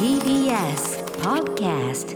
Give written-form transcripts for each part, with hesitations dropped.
TBS Podcast。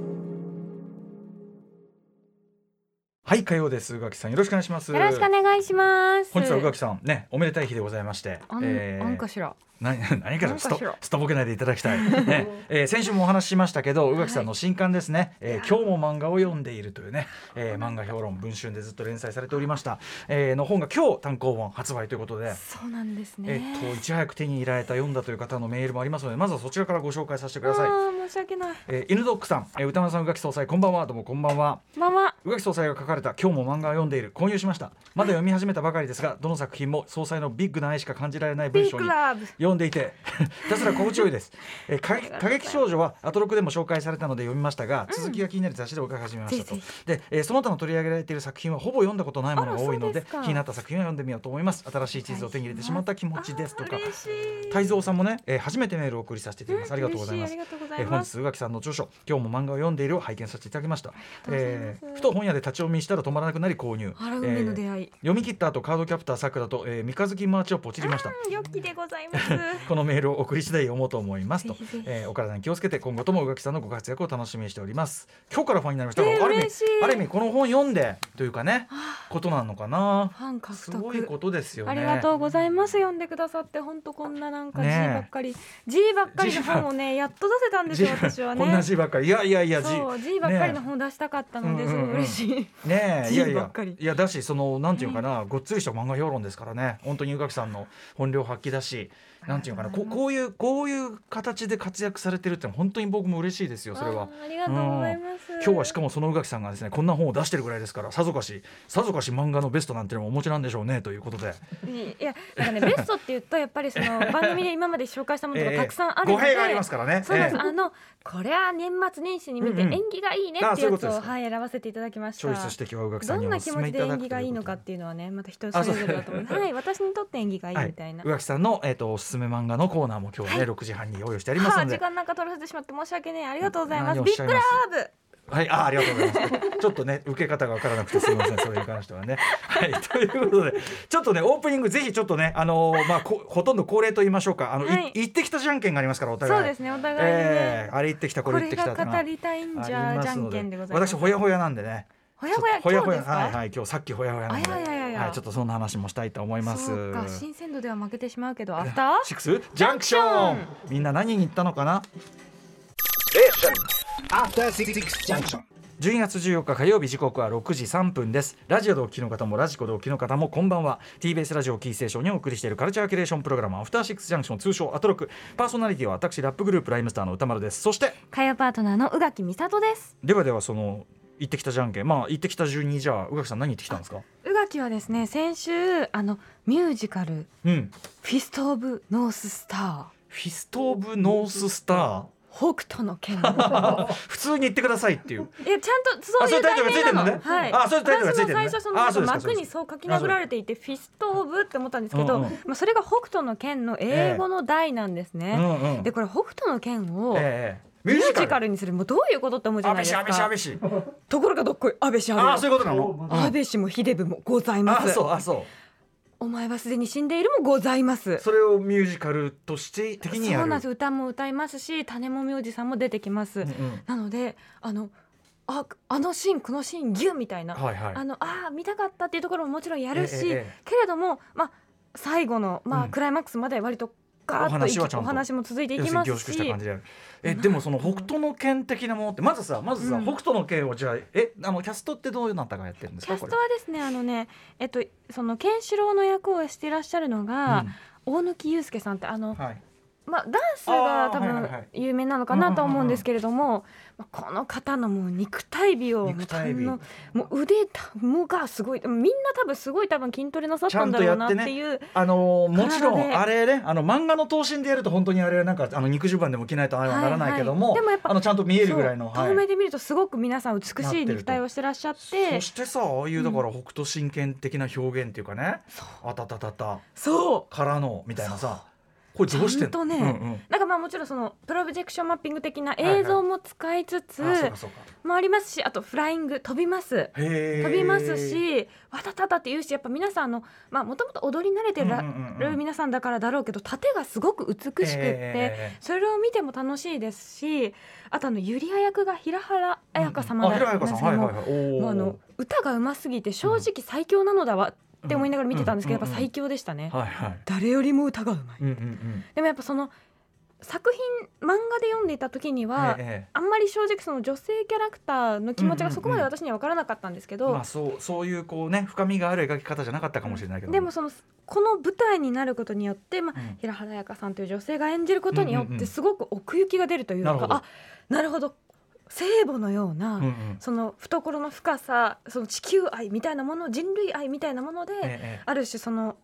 はい、火曜です。宇垣さんよろしくお願いします。 よろしくお願いします。 本日は宇垣さんね、おめでたい日でございまして、 なんかしら何かすとぼけないでいただきたい、ね先週もお話ししましたけど、宇垣さんの新刊ですね、今日も漫画を読んでいるというね、漫画評論文春でずっと連載されておりました、の本が今日単行本発売ということで、 そうなんですね。 いち早く手に入れられた読んだという方のメールもありますので、まずはそちらからご紹介させてください。 申し訳ない。 犬ドックさん、歌丸さん、宇垣総裁こんばんは。どうもこんばんは。宇垣総裁が書かれた今日も漫画を読んでいる、購入しました。まだ読み始めたばかりですが、どの作品も総裁のビッグな愛しか感じられない文章に読んでいてひたすら心地よいです。過激少女はアトロクでも紹介されたので読みましたが、続きが気になる雑誌で追いかけ始めましたと。で、その他の取り上げられている作品はほぼ読んだことないものが多いので、気になった作品を読んでみようと思います。新しい地図を手に入れてしまった気持ちですとか、泰造さんもね、初めてメールを送りさせていただきます。ありがとうございます。本日宇垣さんの著書今日も漫画を読んでいるを拝見させていただきました。ふと本屋で立ち読みしたら止まらなくなり購入。読み切った後カードキャプターさくらと、三日月マーチをポチりました。 良きでございますこのメールを送り次第読もうと思いますと、お体に気をつけて今後とも宇垣さんのご活躍を楽しみにしております。今日からファンになりましたが、ある意味この本読んでというかね、ことなのかな。 ファン獲得、 すごいことですよね。 ありがとうございます。読んでくださって本当こんななんか G ばっかり、G ばっかりの本をねやっと出せたんですよ。私はね、 こんな G ばっかり、いやそう G ばっかりの本出したかったので、すごい嬉しいね。 いやだし、そのなんていうかな、ごっつりした漫画評論ですからね、本当に宇垣さんの本領発揮だし、なんていうかな、こういう形で活躍されてるって本当に僕も嬉しいですよ。それはありがとうございます。 今日はしかもその宇垣さんがですね、こんな本を出してるぐらいですから、さぞかし漫画のベストなんていうのもお持ちなんでしょうねということで、 いやなんかね、ベストっていうとやっぱりその番組で今まで紹介したものがたくさんあるので、 語弊がありますからね。 そうです、これは年末年始に見て縁起がいいねっていうやつを、選ばせていただきました。 チョイスして今日は宇垣さんにどんな気持ちで縁起がいいのかっていうのはね、また人それぞれだと思う。はい、私にとって縁起がいいみたいな、 宇垣さんの、おすすめ漫画のコーナーも今日ね、6時半に用意してありますので、 時間なんか取らせてしまって申し訳ねえ。ありがとうございます。ビッグラブ。 はい、ありがとうございます。ちょっとね、受け方が分からなくてすみません、それに関してはね。はい、ということで、ちょっとね、オープニングぜひちょっとね、ほとんど恒例と言いましょうか、行ってきたじゃんけんがありますから、お互い。 そうですね、お互いね、 あれ行ってきた、これ行ってきた、 これが語りたいんじゃじゃんけんでございます。 私ほやほやなんでね。 ほやほやはい、今日さっきほやほやなんで、はい、ちょっとそんな話もしたいと思います。 そうか、新鮮度では負けてしまうけど、アフターシックスジャンクション、みんな何に行ったのかな。12月14日火曜日、時刻は6時3分です。ラジオでお聞きの方もラジコでお聞きの方もこんばんは。 TBS ラジオキーステーションにお送りしているカルチャーキュレーションプログラム、アフターシックスジャンクション、通称アトロク。パーソナリティは私、ラップグループライムスターの歌丸です。そして火曜パートナーの宇垣美里です。 ではその行ってきたじゃんけん、行ってきた順に、じゃあ宇垣さん何行ってきたんですか。 宇垣はですね、先週ミュージカル、フィスト・オブ・ノーススター。 フィスト・オブ・ノーススター、 北斗の拳普通に言ってくださいっていう。 いや、ちゃんとそういうタイトルがついてるのね。はい。 そういうタイトルがついてるのね。 私も最初その幕にそう書き殴られていて、フィスト・オブって思ったんですけど、それが北斗の拳の英語の題なんですね。でこれ北斗の拳をミュージカルにする、もうどういうことって思うじゃないですか。 安倍氏ところがどっこい、安倍氏、 そういうことなの。 安倍氏も秀部もございます。 そうお前はすでに死んでいるもございます。 それをミュージカルとして的にやる。 そうなんです。歌も歌いますし、種も名字さんも出てきます。なのであのシーン、このシーンギュッみたいな、見たかったっていうところももちろんやるし、けれども、最後の、クライマックスまで割とガーッとお話も続いていきますし、 でもその北斗の拳的なものって、まずさ、北斗の拳をじゃあキャストってどういうなったかやってるんですか。 キャストはですね、そのケンシロウの役をしていらっしゃるのが、大貫勇介さんって、ダンスが多分有名なのかなと思うんですけれども、この方のもう肉体美を、もう腕がすごい、みんな多分筋トレなさったんだろうなっていう、 もちろんあれね、漫画の頭身でやると本当にあれなんか肉襦袢でも着ないとああはならないけども、 でもやっぱちゃんと見えるぐらいの、 遠目で見るとすごく皆さん美しい肉体をしてらっしゃって、 そしてさ、ああいうだから北斗神拳的な表現っていうかね、あたたたたそうからのみたいなさ、 これどうしてんの？ ちゃんとね、なんかまあもちろんそのプロジェクションマッピング的な映像も使いつつもありますし、あとフライング飛びますし、わたたたって言うし、やっぱ皆さんもともと踊り慣れてる皆さんだからだろうけど、盾がすごく美しくって、それを見ても楽しいですし、あとユリア役が平原綾香様なんですけども、歌がうますぎて正直最強なのだわって思いながら見てたんですけど、やっぱ最強でしたね。誰よりも歌がうまい。でもやっぱその作品漫画で読んでいた時には、あんまり正直その女性キャラクターの気持ちがそこまで私には分からなかったんですけど、 そういうこうね深みがある描き方じゃなかったかもしれないけど、 でもこの舞台になることによって、平原綾香さんという女性が演じることによってすごく奥行きが出るというか、なるほど、聖母のような、その懐の深さ、その地球愛みたいなもの、人類愛みたいなもので、ある種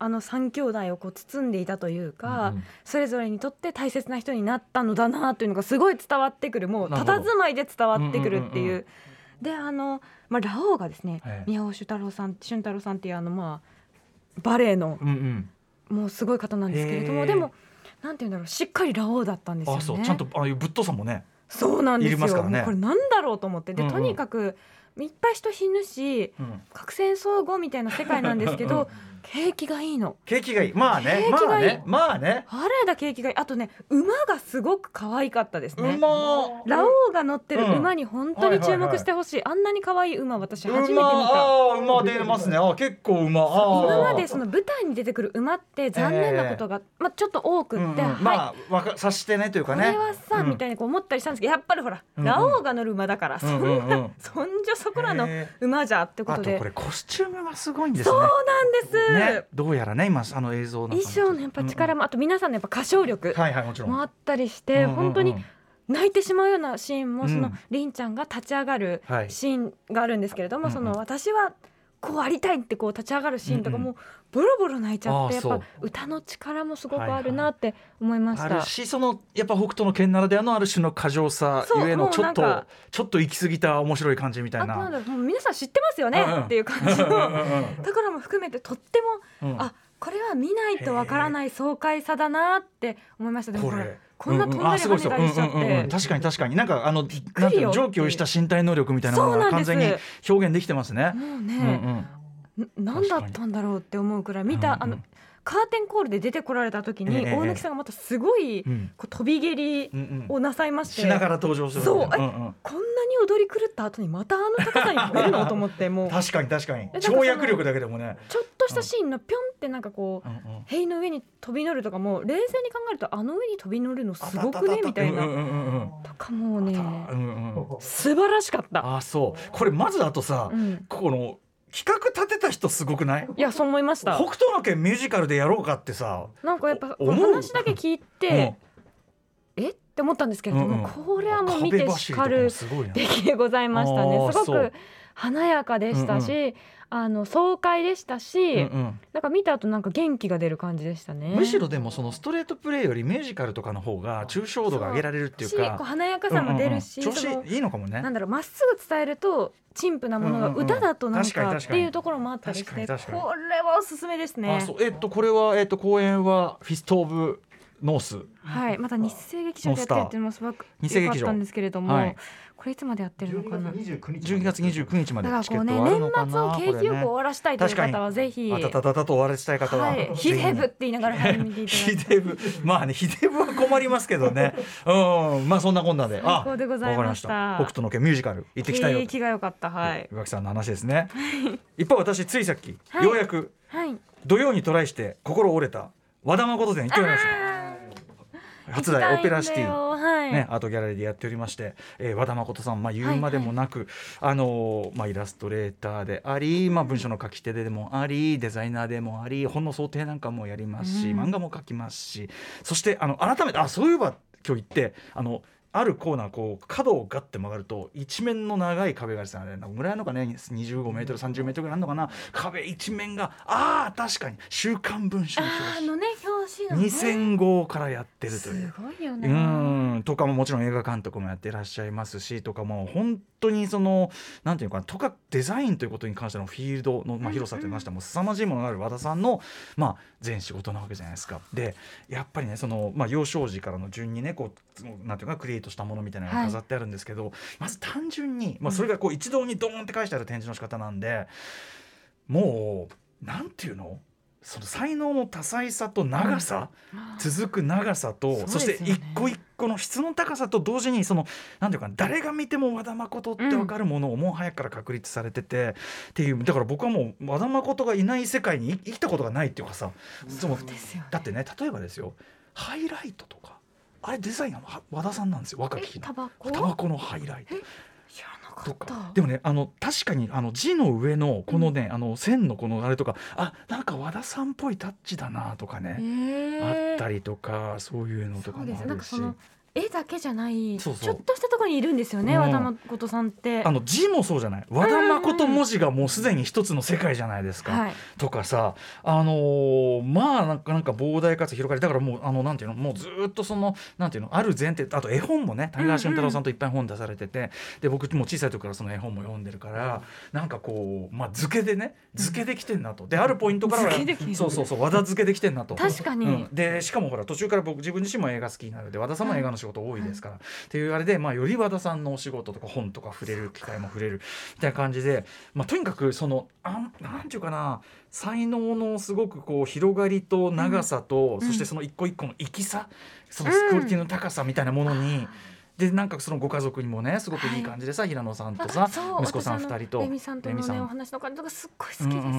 3兄弟をこう包んでいたというか、それぞれにとって大切な人になったのだなというのがすごい伝わってくる、もう佇まいで伝わってくるっていう。でラオウがですね、宮尾俊太郎さんっていうバレエの、もうすごい方なんですけれども、でもなんていうんだろう、しっかりラオウだったんですよね。 そうちゃんとああいうぶっとさもね、 そうなんですよ。 いりますからね。 これなんだろうと思って、でとにかくいっぱい人死ぬし、核戦争後みたいな世界なんですけど、景気がいいの。 景気がいい。まあね。 あれだ景気がいい。あとね、馬がすごく可愛かったですね。ラオウが乗ってる馬に本当に注目してほしい。あんなに可愛い馬、私初めて見た。 馬出ますね。結構馬。 今までその舞台に出てくる馬って残念なことがちょっと多くって、 察してねというかね。 これはさみたいに思ったりしたんですけど、やっぱりほらラオウが乗る馬だから、そんじょそこらの馬じゃってことで。 あとこれコスチュームがすごいんですね。 そうなんです。 どうやらね、今映像の衣装のやっぱ力も、あと皆さんのやっぱ歌唱力もあったりして、本当に泣いてしまうようなシーンも、そのりんちゃんが立ち上がるシーンがあるんですけれども、その私はこうありたいってこう立ち上がるシーンとかもボロボロ泣いちゃって、やっぱ歌の力もすごくあるなって思いました。 あるし、やっぱ北斗の拳ならではのある種の過剰さゆえのちょっと行き過ぎた面白い感じみたいな。 もう皆さん知ってますよねっていう感じのところも含めて、とってもこれは見ないとわからない爽快さだなって思いました。でもこんな飛んだり跳ねたりしちゃって、 確かになんか上気をした身体能力みたいなものが完全に表現できてますね。 もうね、何だったんだろうって思うくらい、見たカーテンコールで出てこられた時に大貫さんがまたすごい飛び蹴りをなさいまして、 しながら登場する。 そう、こんなに踊り狂った後にまた高さに飛べるのと思って、もう確かに跳躍力だけでもね、 ちょっとしたシーンのピョンってなんかこう塀の上に飛び乗るとかも冷静に考えると、上に飛び乗るのすごくねみたいなとかもね、素晴らしかった。 そうこれまずあとさ、この企画立てた人すごくない？ いや、そう思いました。 北斗の拳ミュージカルでやろうかってさ、 なんかやっぱ話だけ聞いて、って思ったんですけれども、これはもう見てしかる出来でございましたね。すごく華やかでしたし、爽快でしたし、なんか見た後なんか元気が出る感じでしたね。 むしろでもそのストレートプレイよりミュージカルとかの方が抽象度が上げられるっていうか、 華やかさも出るし、 調子いいのかもね。 なんだろう、まっすぐ伝えると陳腐なものが歌だとなんかっていうところもあったりして、これはおすすめですね。 これは公演はフィスト・オブ・ノース、 また日生劇場でやってるっていうのもすごく良かったんですけれども、これいつまでやってるのかな。 12月29日までチケットあるのかな。年末を景気よく終わらしたいという方はぜひ、 あたたたたと終わらせたい方は、 ヒデブって言いながら見ていただいて。 ヒデブ、まあね、ヒデブは困りますけどね。まあそんなこんなで、 最高でございました。 北斗の拳ミュージカル行ってきたよ。 景気が良かった。 宇垣さんの話ですね。一方私ついさっきようやく土曜にトライして心折れた和田誠展行っておりました。初代オペラシティ、アートギャラリーでやっておりまして、和田誠さん、言うまでもなく、イラストレーターであり、文章の書き手でもあり、デザイナーでもあり、本の想定なんかもやりますし、漫画も書きますし、そして改めてそういえば今日言ってあるコーナーこう角をガッて曲がると一面の長い壁がですね、ぐらいのかね25メートル30メートルぐらいあるのかな、壁一面が確かに週刊文春のね表紙のね 2000号からやってるという、 すごいよね。 とかももちろん映画監督もやってらっしゃいますしとか、も本当にそのなんていうのかな、とかデザインということに関してのフィールドの、広さといいましても凄まじいものがある和田さんの、全仕事なわけじゃないですか。でやっぱりねその、幼少時からの順にねこうなんていうかクリエイトしたものみたいなのが飾ってあるんですけど、まず単純に、それがこう一堂にドーンって返してある展示の仕方なんで、もうなんていうの、その才能の多彩さと長さ、続く長さと そして一個一個の質の高さと同時に、そのなんていうか誰が見ても和田誠って分かるものをもう早くから確立されてて、っていう、だから僕はもう和田誠がいない世界に生きたことがないっていうかさ、 そうですよね。 だってね、例えばですよ、ハイライトとかあれデザインは和田さんなんですよ。若き日のタバコのハイライトとか。でもね確かに字の上のこのね、線のこのあれとか、なんか和田さんっぽいタッチだなとかね、あったりとか、そういうのとかもあるし、 絵だけじゃないちょっとしたところにいるんですよね、和田誠さんって。 字もそうじゃない、和田誠文字がもうすでに一つの世界じゃないですか、とかさ、なんか膨大かつ広がりだから、もうなんていうの、もうずっとそのなんていうの、ある前提、あと絵本もね谷川俊太郎さんといっぱい本出されてて、で僕も小さい時からその絵本も読んでるから、なんかこう図形できてんなと。であるポイントからはそう和田漬けできてんなと。 確かに、 でしかもほら途中から僕自分自身も映画好きになるので、和田さんも映画の仕事多いですから、っていうあれで、より和田さんのお仕事とか本とか触れる機会も触れるみたいな感じで、とにかくそのなんていうかな、才能のすごくこう広がりと長さと、そしてその一個一個の粋さ、そのスクオリティの高さみたいなものに、でなんかそのご家族にもねすごくいい感じでさ、平野さんとさ息子さん2人とレミさんとのねお話の感じとかすっごい好きです、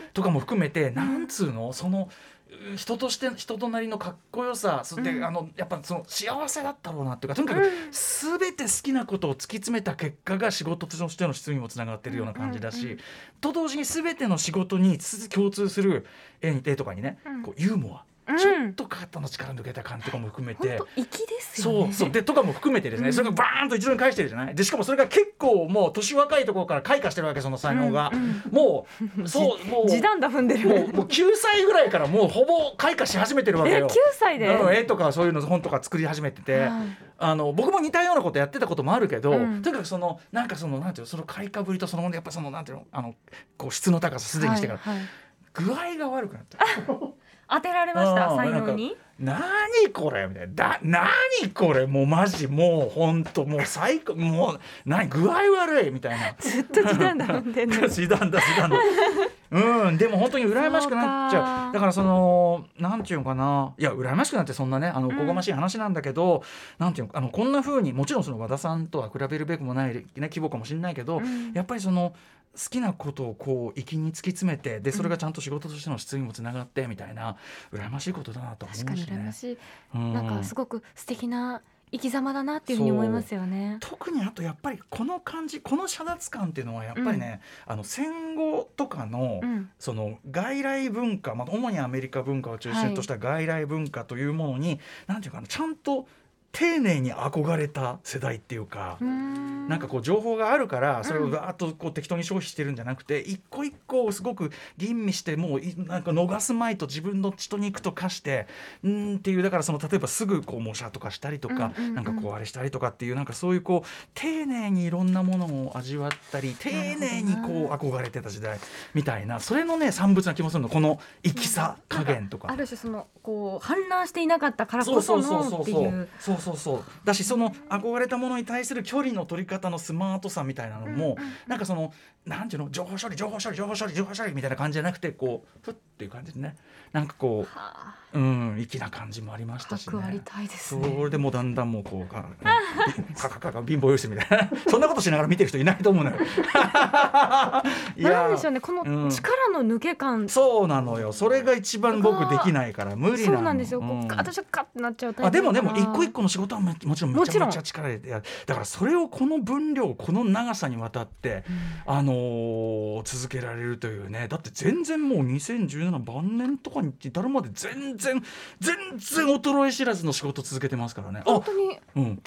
とかも含めて、なんつうの、その人として人となりのかっこよさ、そしてやっぱその幸せだったろうなっていうか、とにかく全て好きなことを突き詰めた結果が仕事としての質にもつながってるような感じだし、と同時に全ての仕事に共通する絵とかにね、こうユーモア、ちょっと肩の力抜けた感じとかも含めて、 粋ですよね。 そうでとかも含めてですね、それがバーンと一度に返してるじゃない。でしかもそれが結構もう年若いところから開花してるわけ、その才能が、もう地団打踏んでる、 もう9歳ぐらいからもうほぼ開花し始めてるわけよ。 9歳で絵とかそういうの本とか作り始めてて、僕も似たようなことやってたこともあるけど、とにかくそのなんかそのなんていうの、その開花ぶりとそのやっぱそのなんていうの、こう質の高さすでにしてから、具合が悪くなった当てられました、才能に。 何これみたいな、何これもうマジもう本当もう最高、もう具合悪いみたいな、 ずっと時短だもんね時短だでも本当に羨ましくなっちゃう。だからそのなんていうのかな、いや羨ましくなってそんなねおこがましい話なんだけど、なんていうの、こんな風にもちろんその和田さんとは比べるべくもない、ね、規模かもしれないけど、やっぱりその好きなことをこう粋に突き詰めて、でそれがちゃんと仕事としての質にもつながってみたいな、羨ましいことだなと思うしね。 確かに羨ましい、なんかすごく素敵な生き様だなっていうふうに思いますよね。 特にあとやっぱりこの感じ、この遮奪感っていうのはやっぱりね、戦後とかの、その外来文化、主にアメリカ文化を中心とした外来文化というものに、なんていうかな、ちゃんと丁寧に憧れた世代っていうか、なんかこう情報があるからそれをガーッとこう適当に消費してるんじゃなくて、一個一個をすごく吟味して、もうなんか逃すまいと自分の血と肉と化してっていう、だからその例えばすぐこう模写とかしたりとか、なんかこうあれしたりとかっていう、なんかそういうこう丁寧にいろんなものを味わったり、丁寧にこう憧れてた時代みたいな、それのね産物な気もするの、この粋さ加減とか、 ある種そのこう氾濫していなかったからこそのっていう、 そうだし、その憧れたものに対する距離の取り方のスマートさみたいなのも、なんかそのなんていうの、情報処理みたいな感じじゃなくて、こうふっていう感じでね、なんかこう粋な感じもありましたしね。 ありたいですね。 それでもうだんだんもうこうカ貧乏用紙みたいなそんなことしながら見てる人いないと思うのよなんでしょうね、この力の抜け感、 そうなのよ、それが一番僕できないから無理なの。 そうなんですよ、私はカッてなっちゃうタイプ。 でも一個一個の仕事はもちろんめちゃめちゃ力でやる。だからそれをこの分量、この長さにわたって、続けられるというね。だって全然もう2017晩年とかに至るまで全然衰え知らずの仕事続けてますからね。 本当に、ずっと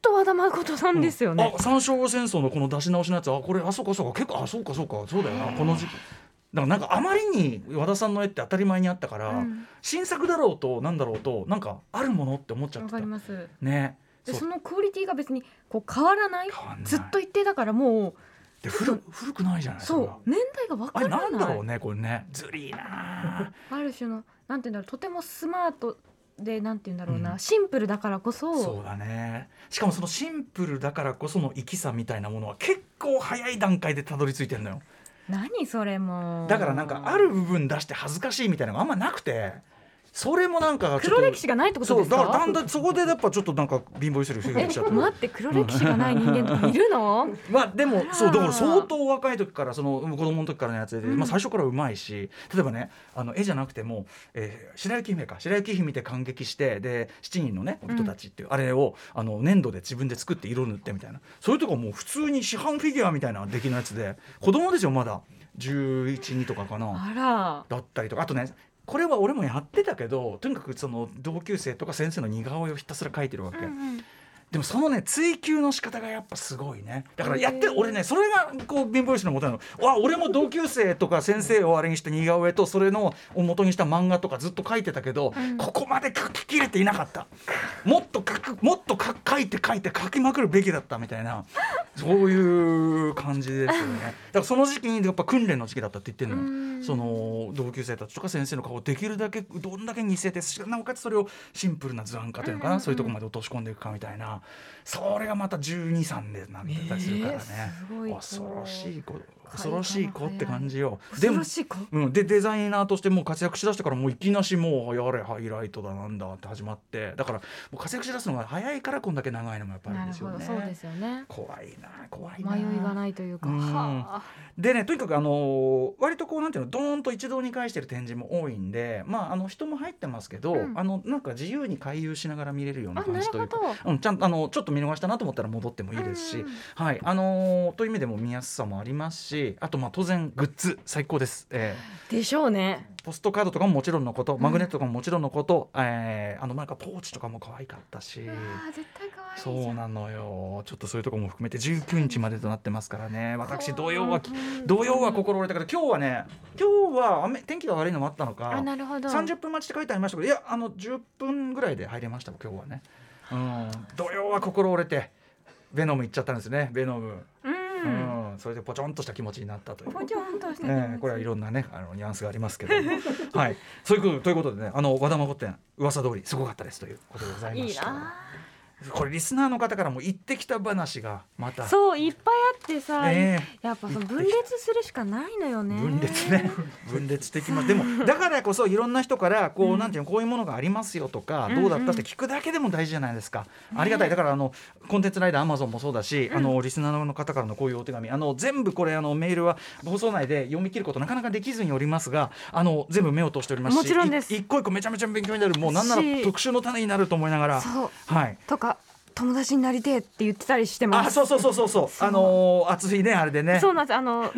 と和田誠なんですよね、 三省吾戦争のこの出し直しのやつ、これそうか結構そうかそうだよな、この時期だからなんかあまりに和田さんの絵って当たり前にあったから、新作だろうとなんだろうとなんかあるものって思っちゃってた。 わかりますね。 でそのクオリティが別にこう変わらないずっと一定だからもうで古くないじゃないですか。 そう年代が分からない。 なんだろうねこれね、ずりーなある種のなんていうんだろう、とてもスマートでなんていうんだろうな、シンプルだからこそ。 そうだね。しかもそのシンプルだからこその生きさみたいなものは結構早い段階でたどり着いてるのよ。 何それもだからなんかある部分出して恥ずかしいみたいなのがあんまなくて、それもなんか黒歴史がないってことですか。 そうだからだんだんそこでやっぱちょっとなんか貧乏ゆすり増えてきちゃって待って黒歴史がない人間とかいるのまあでもそうだから相当若い時からその子供の時からのやつで、最初からうまいし、例えばね絵じゃなくても、白雪姫で感激してで7人のね人たちっていう、あれを粘土で自分で作って色塗ってみたいな、そういうとこもう普通に市販フィギュアみたいな出来のやつで、子供ですよまだ11、2とかかなだったりとか、あとねこれは俺もやってたけど、とにかくその同級生とか先生の似顔絵をひたすら描いてるわけ、でもそのね追求の仕方がやっぱすごいね。だからやって俺ね、それがこう貧乏ゆすりの元なの。俺も同級生とか先生をあれにした似顔絵とそれのを元にした漫画とかずっと描いてたけど、ここまで描ききれていなかった。もっと描いて描きまくるべきだったみたいな、そういう感じですよね。だからその時期にやっぱ訓練の時期だったって言ってるのよ。その同級生たちとか先生の顔をできるだけどんだけ似せて、なおかつそれをシンプルな図案化というのかな、そういうところまで落とし込んでいくかみたいな、それがまた12、3でなんてたりするからね、恐ろしい子って感じよ。でもでデザイナーとしてもう活躍しだしてからもういきなしもうやれハイライトだなんだって始まって、だからもう活躍しだすのが早いからこんだけ長いのもやっぱりですよね。 そうですよね。 怖いな迷いがないというか、 でね、とにかく割とこうなんていうのドーンと一堂に会してる展示も多いんで、人も入ってますけど、なんか自由に回遊しながら見れるような感じというか、ちゃんとちょっと見逃したなと思ったら戻ってもいいですし、はい、という意味でも見やすさもありますし、あと当然グッズ最高です、 でしょうね。 ポストカードとかももちろんのこと、マグネットとかももちろんのこと、なんかポーチとかも可愛かったし、 絶対可愛い。 そうなのよ。ちょっとそういうところも含めて19日までとなってますからね。私土曜は心折れたけど、今日は天気が悪いのもあったのか、30分待ちって書いてありましたけど、いや10分ぐらいで入れました今日はね。土曜は心折れてベノム行っちゃったんですね。ベノム、それでポチョンとした気持ちになったという。 ポチョンとしたこれはいろんなねニュアンスがありますけどはい、そういうことでね、和田誠展噂通りすごかったですということでございました。これリスナーの方からも行ってきた話がまたそういっぱいあってさ、やっぱその分裂するしかないのよね。 分裂的でもだからこそいろんな人からこう、なんていうの、こういうものがありますよとか、どうだったって聞くだけでも大事じゃないですか。ありがたい。だからコンテンツライダー Amazon もそうだし、リスナーの方からのこういうお手紙、全部これメールは放送内で読み切ることなかなかできずにおりますが、全部目を通しておりますし、 もちろんです。 一個一個めちゃめちゃ勉強になる、もうなんなら特集の種になると思いながら、はいとか友達になりてえって言ってたりしてます。 そう熱いねあれでね。 そうなんです。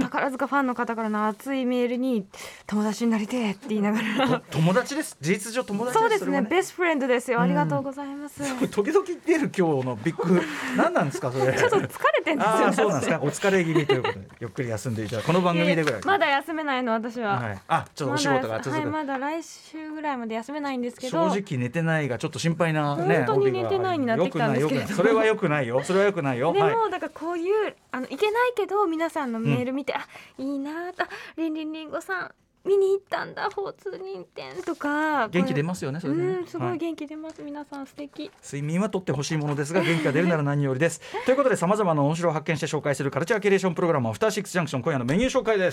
宝塚ファンの方からの熱いメールに友達になりてえって言いながら友達です。事実上友達です。 そうですね。ベストフレンドですよ。ありがとうございます。 時々出る今日のビッグ何なんですかそれ。 ちょっと疲れてんですよ。 そうなんですか。お疲れ気味ということでゆっくり休んでいただくこの番組でぐらい。 まだ休めないの私は。 ちょっとお仕事が続く。 まだ来週ぐらいまで休めないんですけど。 正直寝てないがちょっと心配なね。 本当に寝てないになってきたんですけど。 それは良くないよ。それは良くないよ。 でもだからこういういけないけど皆さんのメール見て、いいなりんごさん見に行ったんだ交通認定とか元気出ますよね。それね。 すごい元気出ます。皆さん素敵。 睡眠はとってほしいものですが元気が出るなら何よりですということで、さまざまな面白を発見して紹介するカルチャーキュレーションプログラムアフターシックスジャンクション、今夜のメニュー紹介です。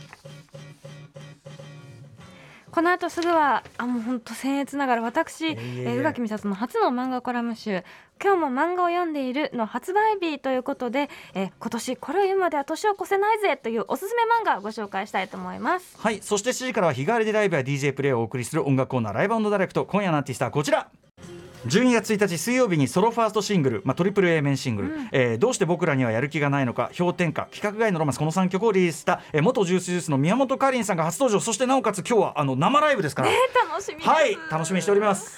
この後すぐはもう本当僭越ながら私宇垣美里の初の漫画コラム集今日も漫画を読んでいるの発売日ということで、今年これを読むまでは年を越せないぜというおすすめ漫画をご紹介したいと思います。 はい、そして7時からは日替わりでライブや DJ プレイをお送りする音楽コーナーライブ&ダイレクト。今夜のアーティストはこちら。12月1日水曜日にソロファーストシングル、トリプル A 面シングル、どうして僕らにはやる気がないのか、氷点下、規格外のロマンス、この3曲をリリースした、元ジュースジュースの宮本かりんさんが初登場。そしてなおかつ今日は生ライブですから、 楽しみです。 はい、楽しみにしております。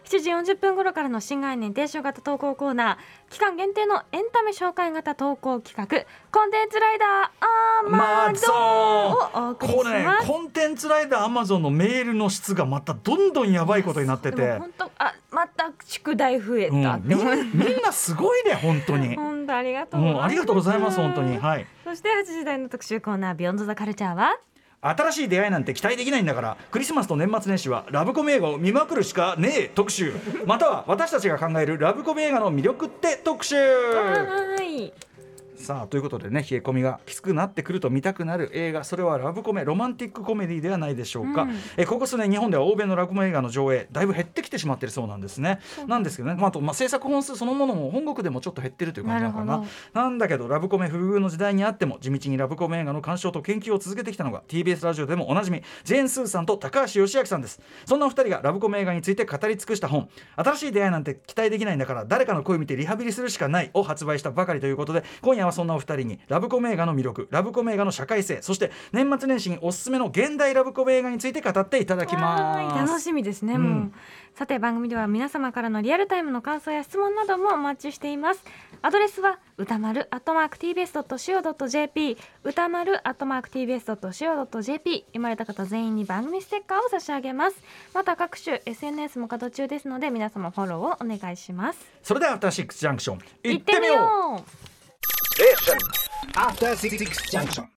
7時40分頃からの新概念提唱型投稿コーナー、期間限定のエンタメ紹介型投稿企画、コンテンツライダーアマゾンをお送りします。 これ、コンテンツライダーアマゾンのメールの質がまたどんどんやばいことになってて、 本当また宿題増えたって、 みんなすごいね本当に本当ありがとうございます、 ありがとうございます本当に。はい。 そして8時台の特集コーナービヨンドザカルチャーは、 新しい出会いなんて期待できないんだから、クリスマスと年末年始はラブコメ映画を見まくるしかねえ特集、または私たちが考えるラブコメ映画の魅力って特集。 はい。 さあということでね、冷え込みがきつくなってくると見たくなる映画、それはラブコメ、ロマンティックコメディではないでしょうか。ここ数年日本では欧米のラブコメ映画の上映だいぶ減ってきてしまっているそうなんですね。なんですけどね、あと制作本数そのものも本国でもちょっと減ってるという感じなのかな。なんだけどラブコメ不遇の時代にあっても地道にラブコメ映画の鑑賞と研究を続けてきたのが TBS ラジオでもおなじみジェーン・スーさんと高橋義明さんです。そんなお二人がラブコメ映画について語り尽くした本、新しい出会いなんて期待できないんだから誰かの声を見てリハビリするしかないを発売したばかりということで、今夜はそんなお二人にラブコメ映画の魅力、ラブコメ映画の社会性、そして年末年始におすすめの現代ラブコメ映画について語っていただきます。 楽しみですね、もうさて番組では皆様からのリアルタイムの感想や質問などもお待ちしています。アドレスは歌丸@tbs.co.jp、 歌丸@tbs.co.jp。 読まれた方全員に番組ステッカーを差し上げます。また各種 SNS も稼働中ですので皆様フォローをお願いします。 それではアフターシックスジャンクション行ってみよう。 After 66 junction.